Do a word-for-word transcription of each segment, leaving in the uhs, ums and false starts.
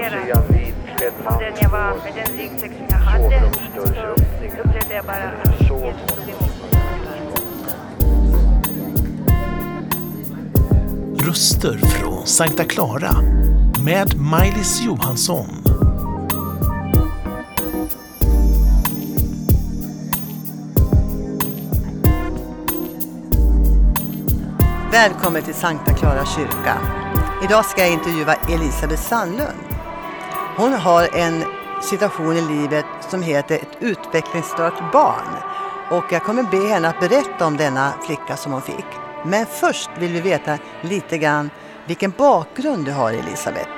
reagera på den jag var med den ryggsäck som jag hade. Så upplevde jag bara att Jesus tog emot mig. Röster från Sankta Clara med Maj-Lis Johansson. Välkommen till Sankta Clara kyrka. Idag ska jag intervjua Elisabeth Sandlund. Hon har en situation i livet som heter ett utvecklingsstört barn. Och jag kommer be henne att berätta om denna flicka som hon fick. Men först vill vi veta lite grann vilken bakgrund du har, Elisabeth.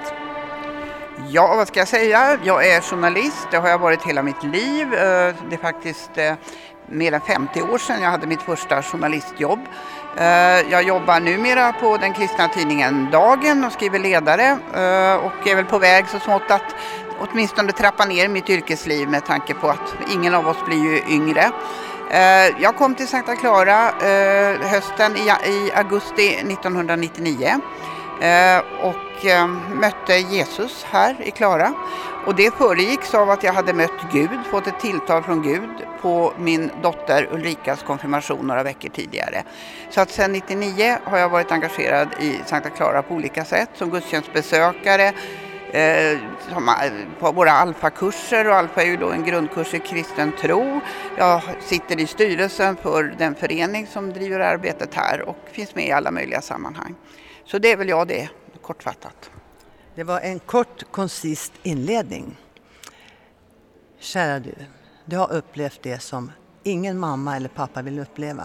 Ja, vad ska jag säga? Jag är journalist, det har jag varit hela mitt liv. Det är faktiskt mer än femtio år sedan jag hade mitt första journalistjobb. Jag jobbar numera på den kristna tidningen Dagen och skriver ledare och är väl på väg så smått att åtminstone trappa ner mitt yrkesliv med tanke på att ingen av oss blir ju yngre. Jag kom till Sankta Clara hösten i augusti nittonhundranittionio och mötte Jesus här i Clara. Och det föregicks av att jag hade mött Gud, fått ett tilltal från Gud på min dotter Ulrikas konfirmation några veckor tidigare. Så att sedan nittionio har jag varit engagerad i Sankta Clara på olika sätt, som gudstjänstbesökare, eh, som, på våra alfakurser, och alfa är ju då en grundkurs i kristen tro. Jag sitter i styrelsen för den förening som driver arbetet här och finns med i alla möjliga sammanhang. Så det är väl jag det, kortfattat. Det var en kort, koncist inledning. Kära du, du har upplevt det som ingen mamma eller pappa vill uppleva.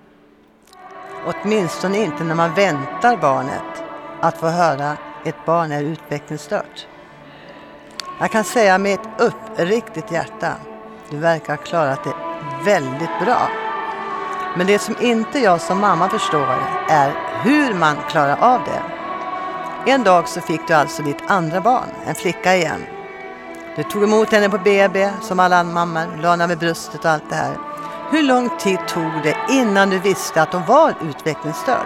Åtminstone inte när man väntar barnet att få höra ett barn är utvecklingsstört. Jag kan säga med ett uppriktigt hjärta, du verkar ha klarat det väldigt bra. Men det som inte jag som mamma förstår är hur man klarar av det. En dag så fick du alltså ditt andra barn, en flicka igen. Du tog emot henne på B B som alla mammor, la henne med bröstet och allt det här. Hur lång tid tog det innan du visste att hon var utvecklingsstörd?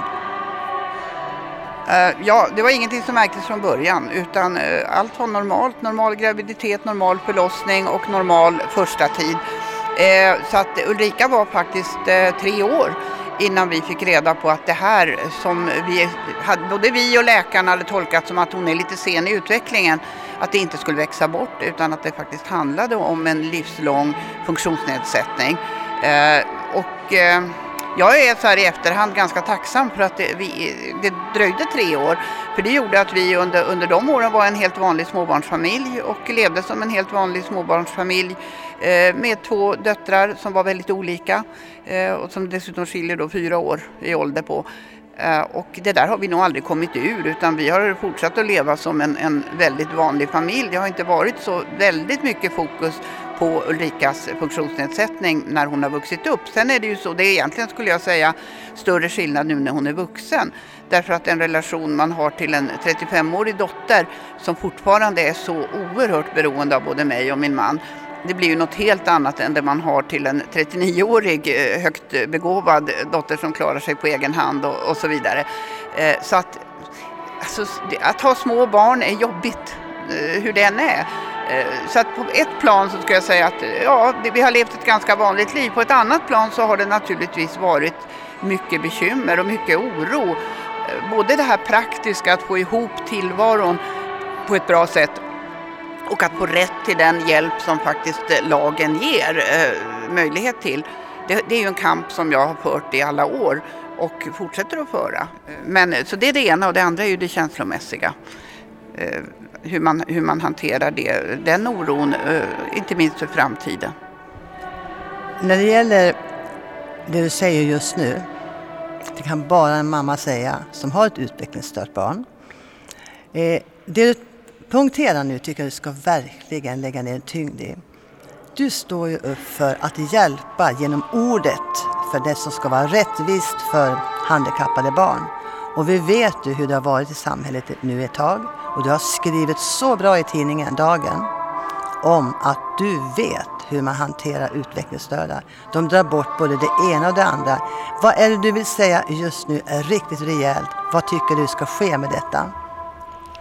Uh, ja, det var ingenting som märktes från början, utan uh, allt var normalt. Normal graviditet, normal förlossning och normal första tid. Uh, så att Ulrika var faktiskt uh, tre år innan vi fick reda på att det här som vi hade, både vi och läkarna hade tolkat som att hon är lite sen i utvecklingen, att det inte skulle växa bort utan att det faktiskt handlade om en livslång funktionsnedsättning. Eh, och eh, jag är så här i efterhand ganska tacksam för att det, vi, det dröjde tre år. För det gjorde att vi under, under de åren var en helt vanlig småbarnsfamilj och levde som en helt vanlig småbarnsfamilj eh, med två döttrar som var väldigt olika eh, och som dessutom skiljer då fyra år i ålder på. Eh, och det där har vi nog aldrig kommit ur, utan vi har fortsatt att leva som en, en väldigt vanlig familj. Det har inte varit så väldigt mycket fokus på Ulrikas funktionsnedsättning när hon har vuxit upp. Sen är det ju så, det är egentligen skulle jag säga större skillnad nu när hon är vuxen. Därför att den relation man har till en trettiofemårig dotter som fortfarande är så oerhört beroende av både mig och min man, det blir ju något helt annat än det man har till en trettionioårig högt begåvad dotter som klarar sig på egen hand och, och så vidare. Så att, alltså, att ha små barn är jobbigt, hur det än är. Så att på ett plan så ska jag säga att ja, vi har levt ett ganska vanligt liv. På ett annat plan så har det naturligtvis varit mycket bekymmer och mycket oro. Både det här praktiska, att få ihop tillvaron på ett bra sätt och att få rätt till den hjälp som faktiskt lagen ger eh, möjlighet till. Det, det är ju en kamp som jag har fört i alla år och fortsätter att föra. Men, så det är det ena, och det andra är ju det känslomässiga. Eh, hur, man, hur man hanterar det, den oron, eh, inte minst för framtiden. När det gäller det du säger just nu, det kan bara en mamma säga som har ett utvecklingsstört barn. Eh, det du punkterar nu tycker jag du ska verkligen lägga ner en tyngd i. Du står ju upp för att hjälpa genom ordet för det som ska vara rättvist för handikappade barn. Och vi vet ju hur det har varit i samhället nu ett tag. Och du har skrivit så bra i tidningen Dagen om att du vet hur man hanterar utvecklingsstörda. De drar bort både det ena och det andra. Vad är det du vill säga just nu är riktigt rejält? Vad tycker du ska ske med detta?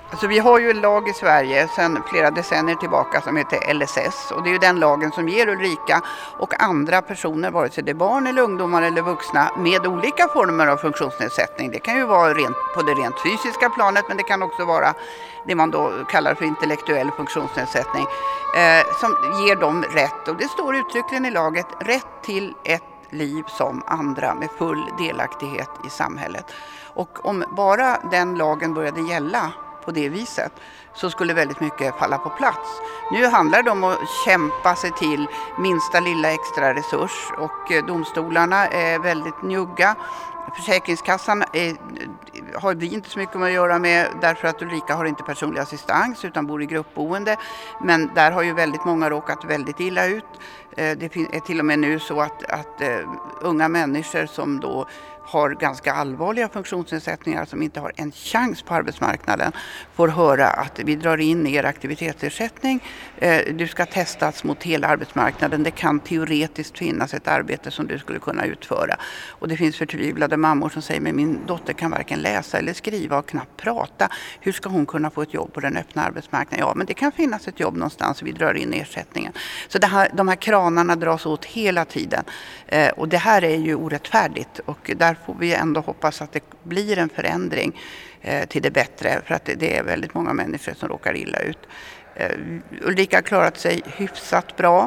Alltså vi har ju en lag i Sverige sedan flera decennier tillbaka som heter L S S, och det är ju den lagen som ger Ulrika och andra personer, vare sig det är barn eller ungdomar eller vuxna, med olika former av funktionsnedsättning. Det kan ju vara rent, på det rent fysiska planet, men det kan också vara det man då kallar för intellektuell funktionsnedsättning, eh, som ger dem rätt, och det står uttryckligen i laget, rätt till ett liv som andra med full delaktighet i samhället. Och om bara den lagen började gälla på det viset så skulle väldigt mycket falla på plats. Nu handlar det om att kämpa sig till minsta lilla extra resurs, och domstolarna är väldigt njugga. Försäkringskassan är, har vi inte så mycket med att göra med, därför att Ulrika har inte personlig assistans utan bor i gruppboende. Men där har ju väldigt många råkat väldigt illa ut. Det är till och med nu så att, att uh, unga människor som då har ganska allvarliga funktionsnedsättningar som inte har en chans på arbetsmarknaden får höra att vi drar in er aktivitetsersättning. Du ska testas mot hela arbetsmarknaden. Det kan teoretiskt finnas ett arbete som du skulle kunna utföra. Och det finns förtvivlade mammor som säger, men min dotter kan varken läsa eller skriva och knappt prata. Hur ska hon kunna få ett jobb på den öppna arbetsmarknaden? Ja, men det kan finnas ett jobb någonstans och vi drar in ersättningen. Så det här, de här kranarna dras åt hela tiden. Och det här är ju orättfärdigt, och där får vi ändå hoppas att det blir en förändring eh, till det bättre, för att det, det är väldigt många människor som råkar illa ut. Eh, Ulrika har klarat sig hyfsat bra,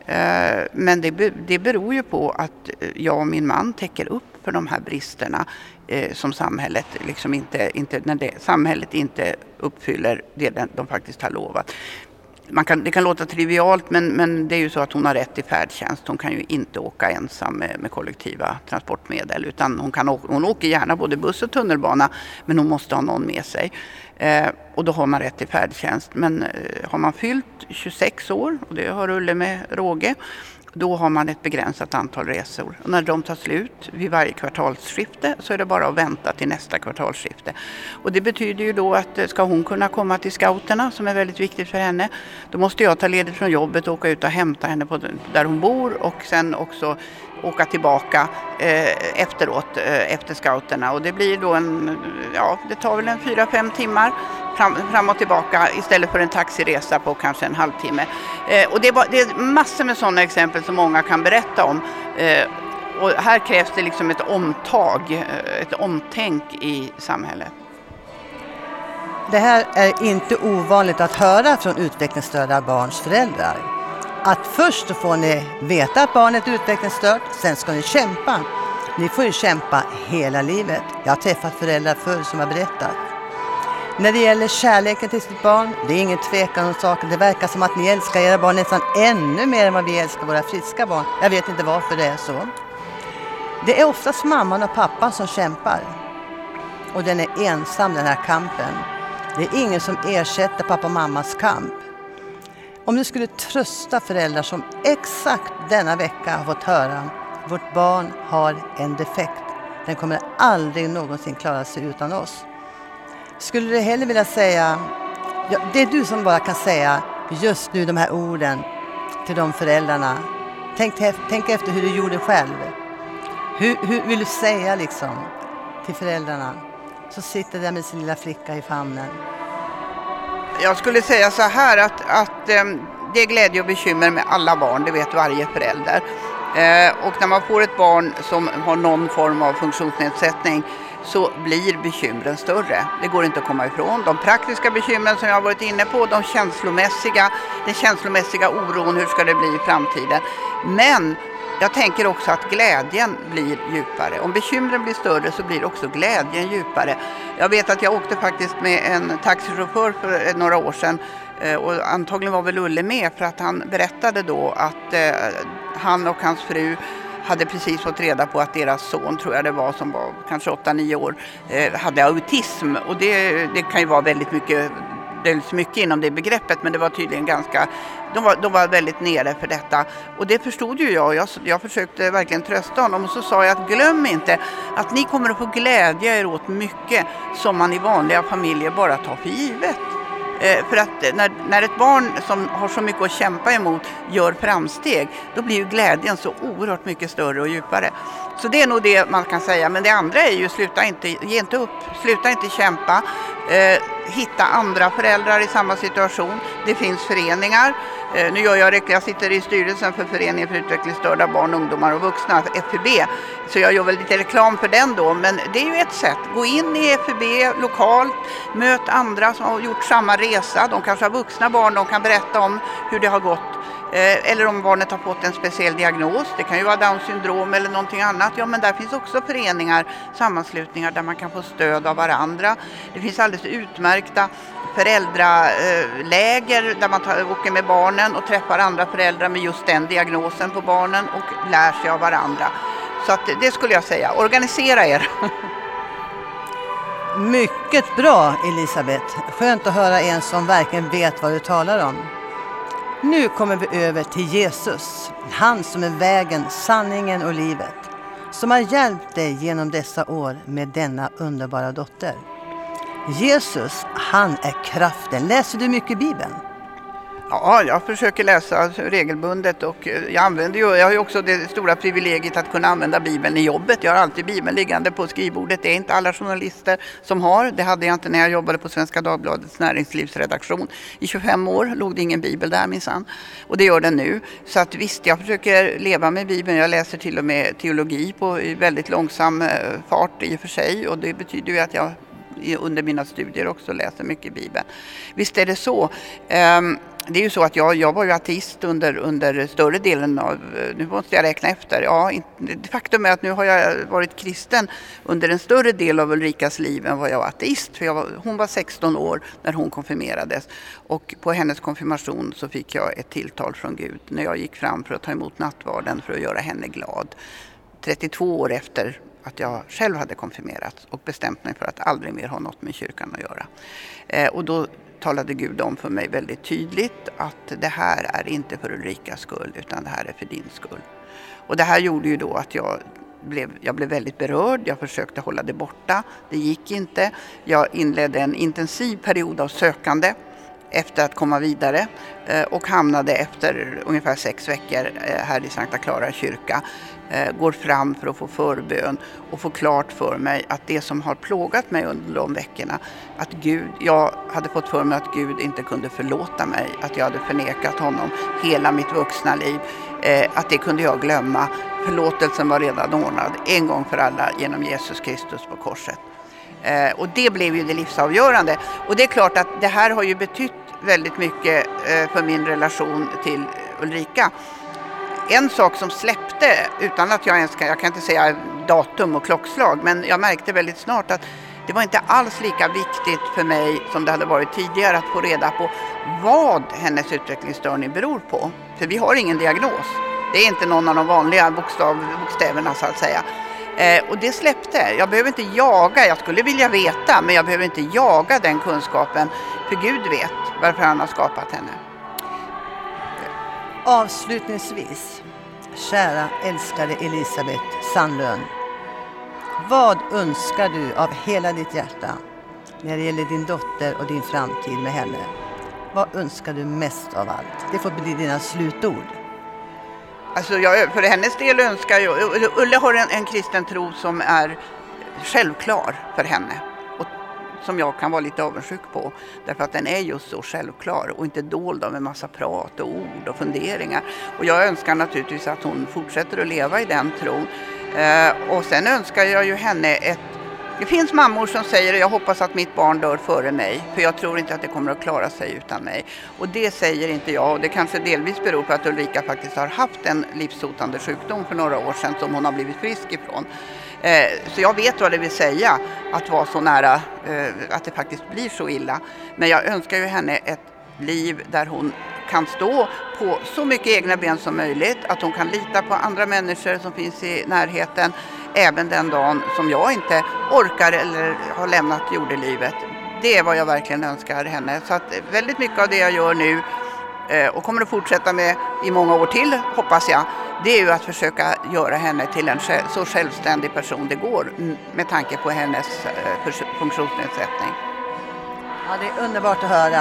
eh, men det, det beror ju på att jag och min man täcker upp för de här bristerna eh, som samhället liksom inte, inte när det, samhället inte uppfyller det de faktiskt har lovat. Man kan, det kan låta trivialt, men, men det är ju så att hon har rätt till färdtjänst. Hon kan ju inte åka ensam med, med kollektiva transportmedel, utan hon, kan, hon åker gärna både buss och tunnelbana, men hon måste ha någon med sig. Eh, och då har man rätt till färdtjänst. Men eh, har man fyllt tjugosex år, och det har Ulle med råge, då har man ett begränsat antal resor. Och när de tar slut vid varje kvartalsskifte så är det bara att vänta till nästa kvartalsskifte. Och det betyder ju då att ska hon kunna komma till scouterna, som är väldigt viktigt för henne, då måste jag ta ledigt från jobbet och åka ut och hämta henne på där hon bor, och sen också åka tillbaka eh, efteråt, eh, efter scouterna. Och det blir då en, ja, det tar väl en fyra, fem timmar fram, fram och tillbaka istället för en taxiresa på kanske en halvtimme. Eh, och det är, bara, det är massor med sådana exempel som många kan berätta om. Eh, och här krävs det liksom ett omtag, ett omtänk i samhället. Det här är inte ovanligt att höra från utvecklingsstörda barns föräldrar. Att först får ni veta att barnet är utvecklingsstört, sen ska ni kämpa. Ni får ju kämpa hela livet. Jag har träffat föräldrar förr som har berättat. När det gäller kärleken till sitt barn, det är ingen tvekan om saken. Det verkar som att ni älskar era barn nästan ännu mer än vad vi älskar våra friska barn. Jag vet inte varför det är så. Det är oftast mamman och pappan som kämpar. Och den är ensam, den här kampen. Det är ingen som ersätter pappa och mammas kamp. Om du skulle trösta föräldrar som exakt denna vecka har fått höra vårt barn har en defekt. Den kommer aldrig någonsin klara sig utan oss. Skulle du hellre vilja säga, ja, det är du som bara kan säga just nu de här orden till de föräldrarna. Tänk, tänk efter hur du gjorde själv. Hur, hur vill du säga liksom till föräldrarna som sitter där med sin lilla flicka i famnen? Jag skulle säga så här att, att eh, det är glädje och bekymmer med alla barn, det vet varje förälder. Eh, och när man får ett barn som har någon form av funktionsnedsättning så blir bekymren större. Det går inte att komma ifrån. De praktiska bekymren som jag har varit inne på, de känslomässiga, den känslomässiga oron, hur ska det bli i framtiden. Men jag tänker också att glädjen blir djupare. Om bekymren blir större så blir också glädjen djupare. Jag vet att jag åkte faktiskt med en taxichaufför för några år sedan, och antagligen var väl Ulle med, för att han berättade då att eh, han och hans fru hade precis fått reda på att deras son, tror jag det var, som var kanske åtta nio år, eh, hade autism. Och det, det kan ju vara väldigt mycket, det är mycket inom det begreppet, men det var tydligen ganska, de var, de var väldigt nere för detta. Och det förstod ju jag. jag. Jag försökte verkligen trösta honom, och så sa jag att glöm inte att ni kommer att få glädja er åt mycket som man i vanliga familjer bara tar för givet. Eh, för att när, när ett barn som har så mycket att kämpa emot gör framsteg, då blir ju glädjen så oerhört mycket större och djupare. Så det är nog det man kan säga. Men det andra är ju, sluta inte, ge inte upp, sluta inte kämpa. Eh, hitta andra föräldrar i samma situation. Det finns föreningar. Eh, nu gör jag, jag sitter i styrelsen för Föreningen för utvecklingsstörda barn, ungdomar och vuxna, F U B. Så jag gör väl lite reklam för den då. Men det är ju ett sätt. Gå in i F U B lokalt, möt andra som har gjort samma resa. De kanske har vuxna barn, de kan berätta om hur det har gått. Eller om barnet har fått en speciell diagnos, det kan ju vara Downs syndrom eller någonting annat. Ja, men där finns också föreningar, sammanslutningar där man kan få stöd av varandra. Det finns alldeles utmärkta föräldraläger där man tar, åker med barnen och träffar andra föräldrar med just den diagnosen på barnen och lär sig av varandra. Så att det skulle jag säga, organisera er. Mycket bra, Elisabeth. Skönt att höra en som verkligen vet vad du talar om. Nu kommer vi över till Jesus, han som är vägen, sanningen och livet, som har hjälpt dig genom dessa år med denna underbara dotter. Jesus, han är kraften. Läser du mycket Bibeln? Ja, jag försöker läsa regelbundet och jag använder ju, jag har ju också det stora privilegiet att kunna använda Bibeln i jobbet. Jag har alltid Bibeln liggande på skrivbordet. Det är inte alla journalister som har. Det hade jag inte när jag jobbade på Svenska Dagbladets näringslivsredaktion. I tjugofem år låg det ingen Bibel där minsann. Och det gör den nu. Så att visst, jag försöker leva med Bibeln. Jag läser till och med teologi på väldigt långsam fart i och för sig. Och det betyder ju att jag under mina studier också läser mycket Bibeln. Visst är det så. Um, Det är ju så att jag, jag var ju ateist under, under större delen av, nu måste jag räkna efter, ja, det faktum är att nu har jag varit kristen under en större del av Ulrikas liv än vad jag var ateist. För jag var, hon var sexton år när hon konfirmerades och på hennes konfirmation så fick jag ett tilltal från Gud när jag gick fram för att ta emot nattvarden för att göra henne glad. trettiotvå år efter att jag själv hade konfirmerats och bestämt mig för att aldrig mer ha något med kyrkan att göra. Eh, och då talade Gud om för mig väldigt tydligt att det här är inte för Ulrikas skull utan det här är för din skull. Och det här gjorde ju då att jag blev, jag blev väldigt berörd. Jag försökte hålla det borta. Det gick inte. Jag inledde en intensiv period av sökande efter att komma vidare och hamnade efter ungefär sex veckor här i Sankta Clara kyrka. Går fram för att få förbön och få klart för mig att det som har plågat mig under de veckorna, att Gud, jag hade fått för mig att Gud inte kunde förlåta mig, att jag hade förnekat honom hela mitt vuxna liv, att det kunde jag glömma. Förlåtelsen var redan ordnad en gång för alla genom Jesus Kristus på korset. Och det blev ju det livsavgörande. Och det är klart att det här har ju betytt väldigt mycket för min relation till Ulrika. En sak som släppte, utan att jag ens kan, jag kan inte säga datum och klockslag, men jag märkte väldigt snart att det var inte alls lika viktigt för mig som det hade varit tidigare att få reda på vad hennes utvecklingsstörning beror på. För vi har ingen diagnos. Det är inte någon av de vanliga bokstav, bokstäverna så att säga. Eh, och det släppte. Jag behöver inte jaga, jag skulle vilja veta, men jag behöver inte jaga den kunskapen. För Gud vet varför han har skapat henne. Avslutningsvis, kära älskade Elisabeth Sandlön. Vad önskar du av hela ditt hjärta när det gäller din dotter och din framtid med henne? Vad önskar du mest av allt? Det får bli dina slutord. Alltså jag, för hennes del önskar jag, Ulle har en, en kristen tro som är självklar för henne. Och som jag kan vara lite avundsjuk på. Därför att den är just så självklar och inte dold av en massa prat och ord och funderingar. Och jag önskar naturligtvis att hon fortsätter att leva i den tron. Eh, och sen önskar jag ju henne ett... Det finns mammor som säger att jag hoppas att mitt barn dör före mig. För jag tror inte att det kommer att klara sig utan mig. Och det säger inte jag. Och det kanske delvis beror på att Ulrika faktiskt har haft en livshotande sjukdom för några år sedan som hon har blivit frisk ifrån. Eh, så jag vet vad det vill säga att vara så nära, eh, att det faktiskt blir så illa. Men jag önskar ju henne ett liv där hon kan stå på så mycket egna ben som möjligt. Att hon kan lita på andra människor som finns i närheten. Även den dagen som jag inte orkar eller har lämnat jordelivet. Det är vad jag verkligen önskar henne. Så att väldigt mycket av det jag gör nu eh, och kommer att fortsätta med i många år till, hoppas jag. Det är ju att försöka göra henne till en själv, så självständig person det går med tanke på hennes eh, funktionsnedsättning. Ja, det är underbart att höra.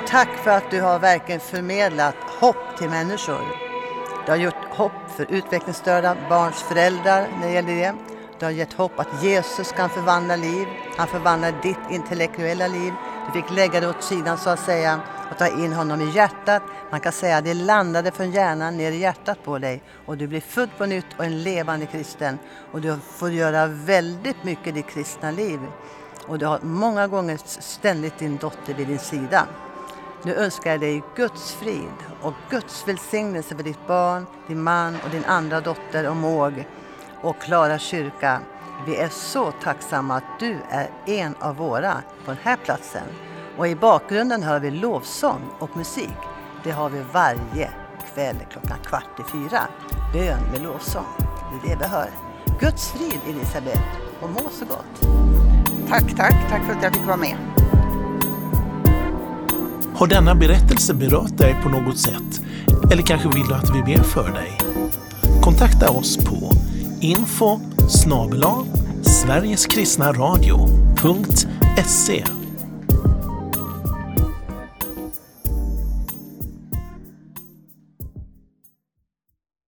tack för att du har verkligen förmedlat hopp till människor. Du har gjort hopp för utvecklingsstörda barns föräldrar när det gäller det. Du har gett hopp att Jesus kan förvandla liv. Han förvandlar ditt intellektuella liv. Du fick lägga det åt sidan så att säga och ta in honom i hjärtat. Man kan säga att det landade från hjärnan ner i hjärtat på dig. Och du blir född på nytt och en levande kristen. Och du får göra väldigt mycket i ditt kristna liv. Och du har många gånger ständigt din dotter vid din sida. Nu önskar jag dig Guds frid och Guds välsignelse för ditt barn, din man och din andra dotter och måg och Klara kyrka. Vi är så tacksamma att du är en av våra på den här platsen. Och i bakgrunden hör vi lovsång och musik. Det har vi varje kväll klockan kvart i fyra. Bön med lovsång. Det är det vi hör. Guds frid, Elisabeth, och må så gott. Tack, tack. Tack för att jag fick vara med. Har denna berättelse berört dig på något sätt? Eller kanske vill du att vi ber för dig? Kontakta oss på info snabel-a sverigeskristnaradio punkt se